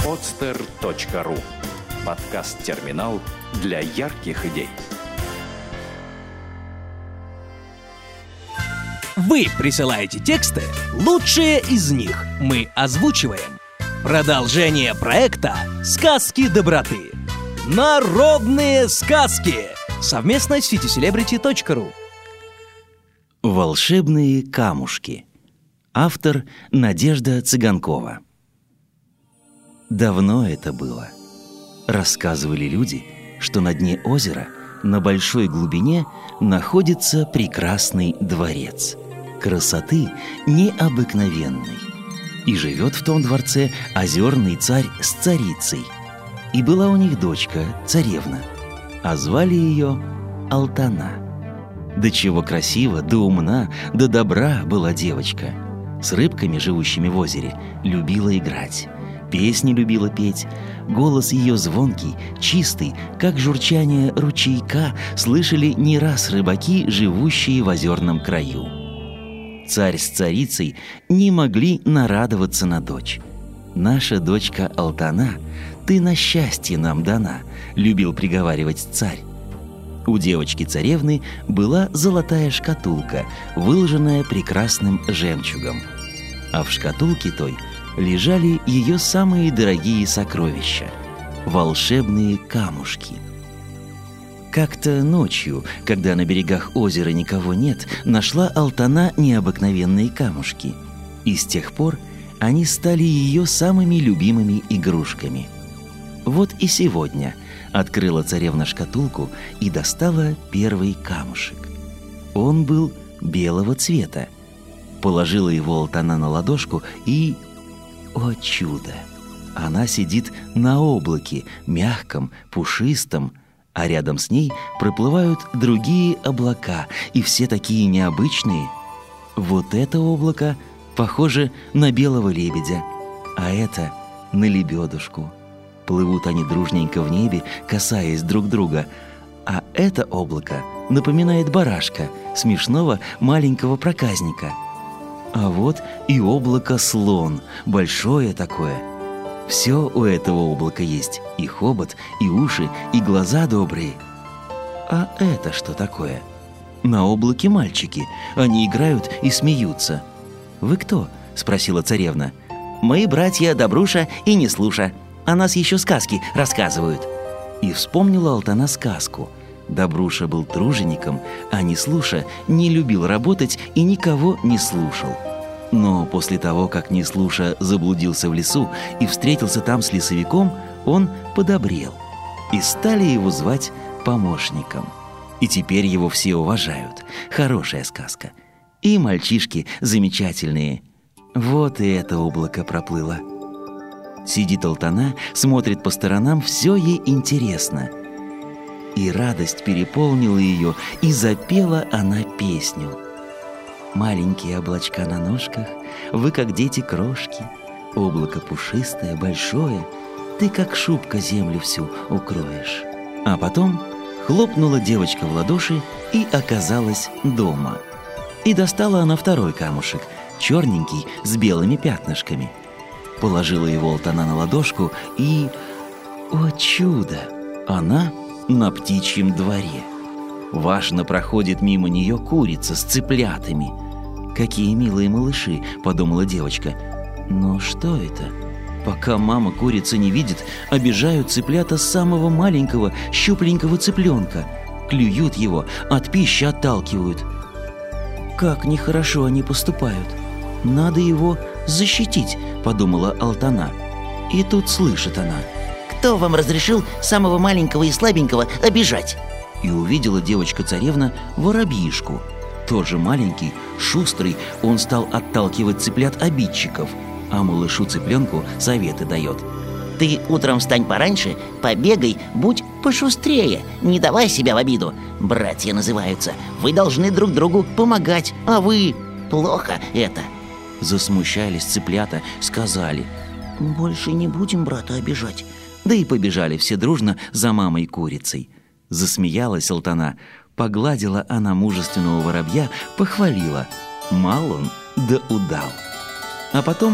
podster.ru. Подкаст-терминал для ярких идей. Вы присылаете тексты, лучшие из них мы озвучиваем. Продолжение проекта «Сказки доброты». Народные сказки. Совместно с citycelebrity.ru. Волшебные камушки. Автор Надежда Цыганкова. Давно это было. Рассказывали люди, что на дне озера, на большой глубине, находится прекрасный дворец. Красоты необыкновенной. И живет в том дворце озерный царь с царицей. И была у них дочка, царевна, а звали ее Алтана. До чего красива, да умна, да добра была девочка. С рыбками, живущими в озере, любила играть. Песни любила петь. Голос ее звонкий, чистый, как журчание ручейка, слышали не раз рыбаки, живущие в озерном краю. Царь с царицей не могли нарадоваться на дочь. «Наша дочка Алтана, ты на счастье нам дана», — любил приговаривать царь. У девочки-царевны была золотая шкатулка, выложенная прекрасным жемчугом. А в шкатулке той лежали ее самые дорогие сокровища — волшебные камушки. Как-то ночью, когда на берегах озера никого нет, нашла Алтана необыкновенные камушки. И с тех пор они стали ее самыми любимыми игрушками. Вот и сегодня открыла царевна шкатулку и достала первый камушек. Он был белого цвета. Положила его Алтана на ладошку и... О чудо! Она сидит на облаке, мягком, пушистом, а рядом с ней проплывают другие облака, и все такие необычные. Вот это облако похоже на белого лебедя, а это на лебедушку. Плывут они дружненько в небе, касаясь друг друга, а это облако напоминает барашка, смешного маленького проказника. А вот и облако-слон, большое такое. Все у этого облака есть: и хобот, и уши, и глаза добрые. А это что такое? На облаке мальчики, они играют и смеются. «Вы кто?» — спросила царевна. «Мы братья Добруша и Неслуша. О нас еще сказки рассказывают». И вспомнила Алтана сказку. Добруша был тружеником, а Неслуша не любил работать и никого не слушал. Но после того, как Неслуша заблудился в лесу и встретился там с лесовиком, он подобрел. И стали его звать помощником. И теперь его все уважают. Хорошая сказка. И мальчишки замечательные. Вот и это облако проплыло. Сидит Алтана, смотрит по сторонам, все ей интересно. И радость переполнила ее, и запела она песню. «Маленькие облачка на ножках, вы как дети-крошки, облако пушистое, большое, ты как шубка землю всю укроешь». А потом хлопнула девочка в ладоши и оказалась дома. И достала она второй камушек, черненький, с белыми пятнышками. Положила его Алтана на ладошку и... О чудо! Она на птичьем дворе. Важно проходит мимо нее курица с цыплятами. «Какие милые малыши!» — подумала девочка. Но что это? Пока мама курица не видит, обижают цыплята самого маленького, щупленького цыпленка. Клюют его, от пищи отталкивают. Как нехорошо они поступают. Надо его защитить, подумала Алтана. И тут слышит она: «Кто вам разрешил самого маленького и слабенького обижать?» И увидела девочка-царевна воробьишку. Тоже маленький, шустрый, он стал отталкивать цыплят-обидчиков, а малышу-цыпленку советы дает. «Ты утром встань пораньше, побегай, будь пошустрее, не давай себя в обиду. Братья называются, вы должны друг другу помогать, а вы... плохо это». Засмущались цыплята, сказали: «Больше не будем брата обижать». Да и побежали все дружно за мамой-курицей. Засмеялась Алтана, погладила она мужественного воробья, похвалила: мал он, да удал. А потом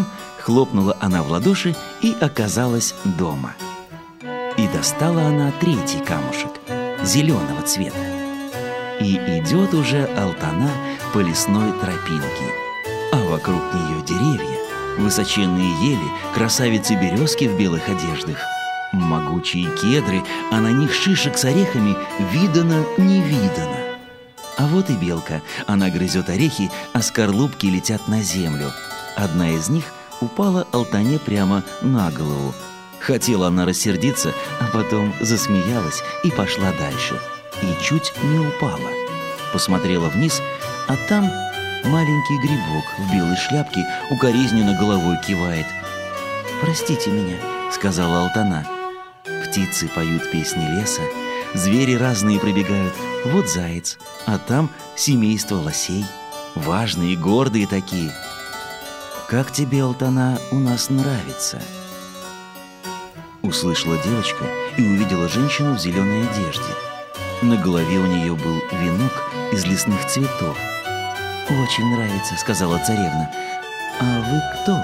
Хлопнула она в ладоши и оказалась дома. И достала она третий камушек, зеленого цвета. И идет уже Алтана по лесной тропинке, а вокруг нее деревья, высоченные ели, красавицы-березки в белых одеждах, могучие кедры, а на них шишек с орехами видано-не видано. А вот и белка, она грызет орехи, а скорлупки летят на землю. Одна из них упала Алтане прямо на голову. Хотела она рассердиться, а потом засмеялась и пошла дальше. И чуть не упала. Посмотрела вниз, а там маленький грибок в белой шляпке укоризненно головой кивает. «Простите меня», — сказала Алтана. Птицы поют песни леса, звери разные пробегают. Вот заяц, а там семейство лосей, важные, гордые такие. «Как тебе, Алтана, у нас нравится?» Услышала девочка и увидела женщину в зеленой одежде. На голове у нее был венок из лесных цветов. «Очень нравится», — сказала царевна. «А вы кто?»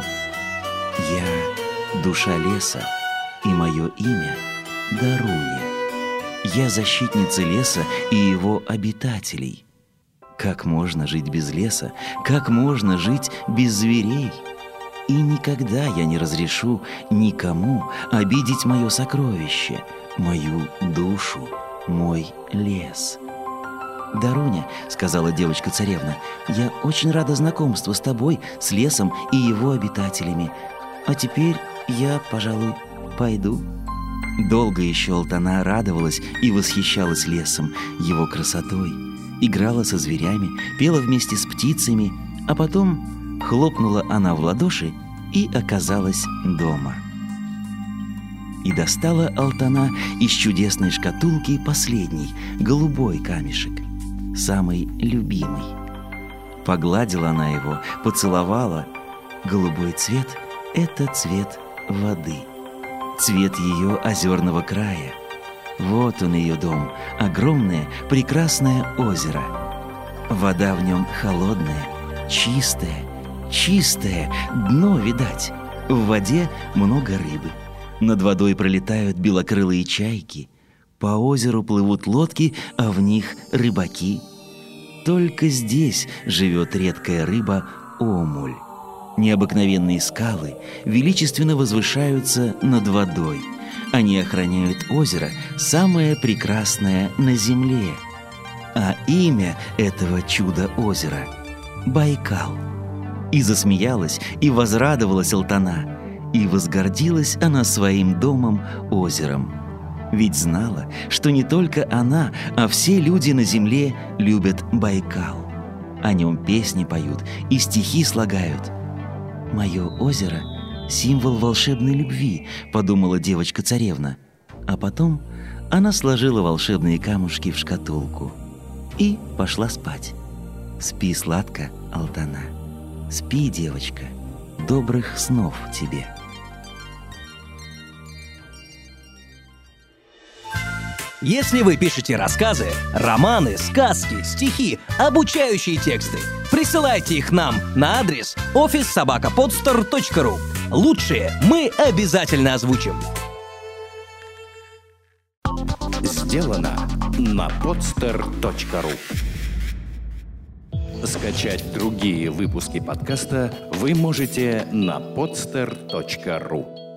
«Я душа леса, и мое имя Даруня. Я защитница леса и его обитателей. Как можно жить без леса? Как можно жить без зверей? И никогда я не разрешу никому обидеть мое сокровище, мою душу, мой лес». «Даруня», — сказала девочка-царевна, — «я очень рада знакомству с тобой, с лесом и его обитателями. А теперь я, пожалуй, пойду». Долго еще Алтана радовалась и восхищалась лесом, его красотой, играла со зверями, пела вместе с птицами, а потом хлопнула она в ладоши и оказалась дома. И достала Алтана из чудесной шкатулки последний, голубой камешек, самый любимый. Погладила она его, поцеловала. Голубой цвет — это цвет воды, цвет ее озерного края. Вот он, ее дом, огромное, прекрасное озеро. Вода в нем холодная, чистая, чистое, дно видать. В воде много рыбы. Над водой пролетают белокрылые чайки. По озеру плывут лодки, а в них рыбаки. Только здесь живет редкая рыба омуль. Необыкновенные скалы величественно возвышаются над водой. Они охраняют озеро, самое прекрасное на земле. А имя этого чудо-озера — Байкал. И засмеялась, и возрадовалась Алтана, и возгордилась она своим домом, озером. Ведь знала, что не только она, а все люди на земле любят Байкал. О нем песни поют и стихи слагают. «Мое озеро — символ волшебной любви», — подумала девочка-царевна. А потом она сложила волшебные камушки в шкатулку и пошла спать. Спи сладко, Алтана. Спи, девочка. Добрых снов тебе. Если вы пишете рассказы, романы, сказки, стихи, обучающие тексты, присылайте их нам на адрес office@podster.ru. Лучшие мы обязательно озвучим. Сделано на podster.ru. Скачать другие выпуски подкаста вы можете на podster.ru.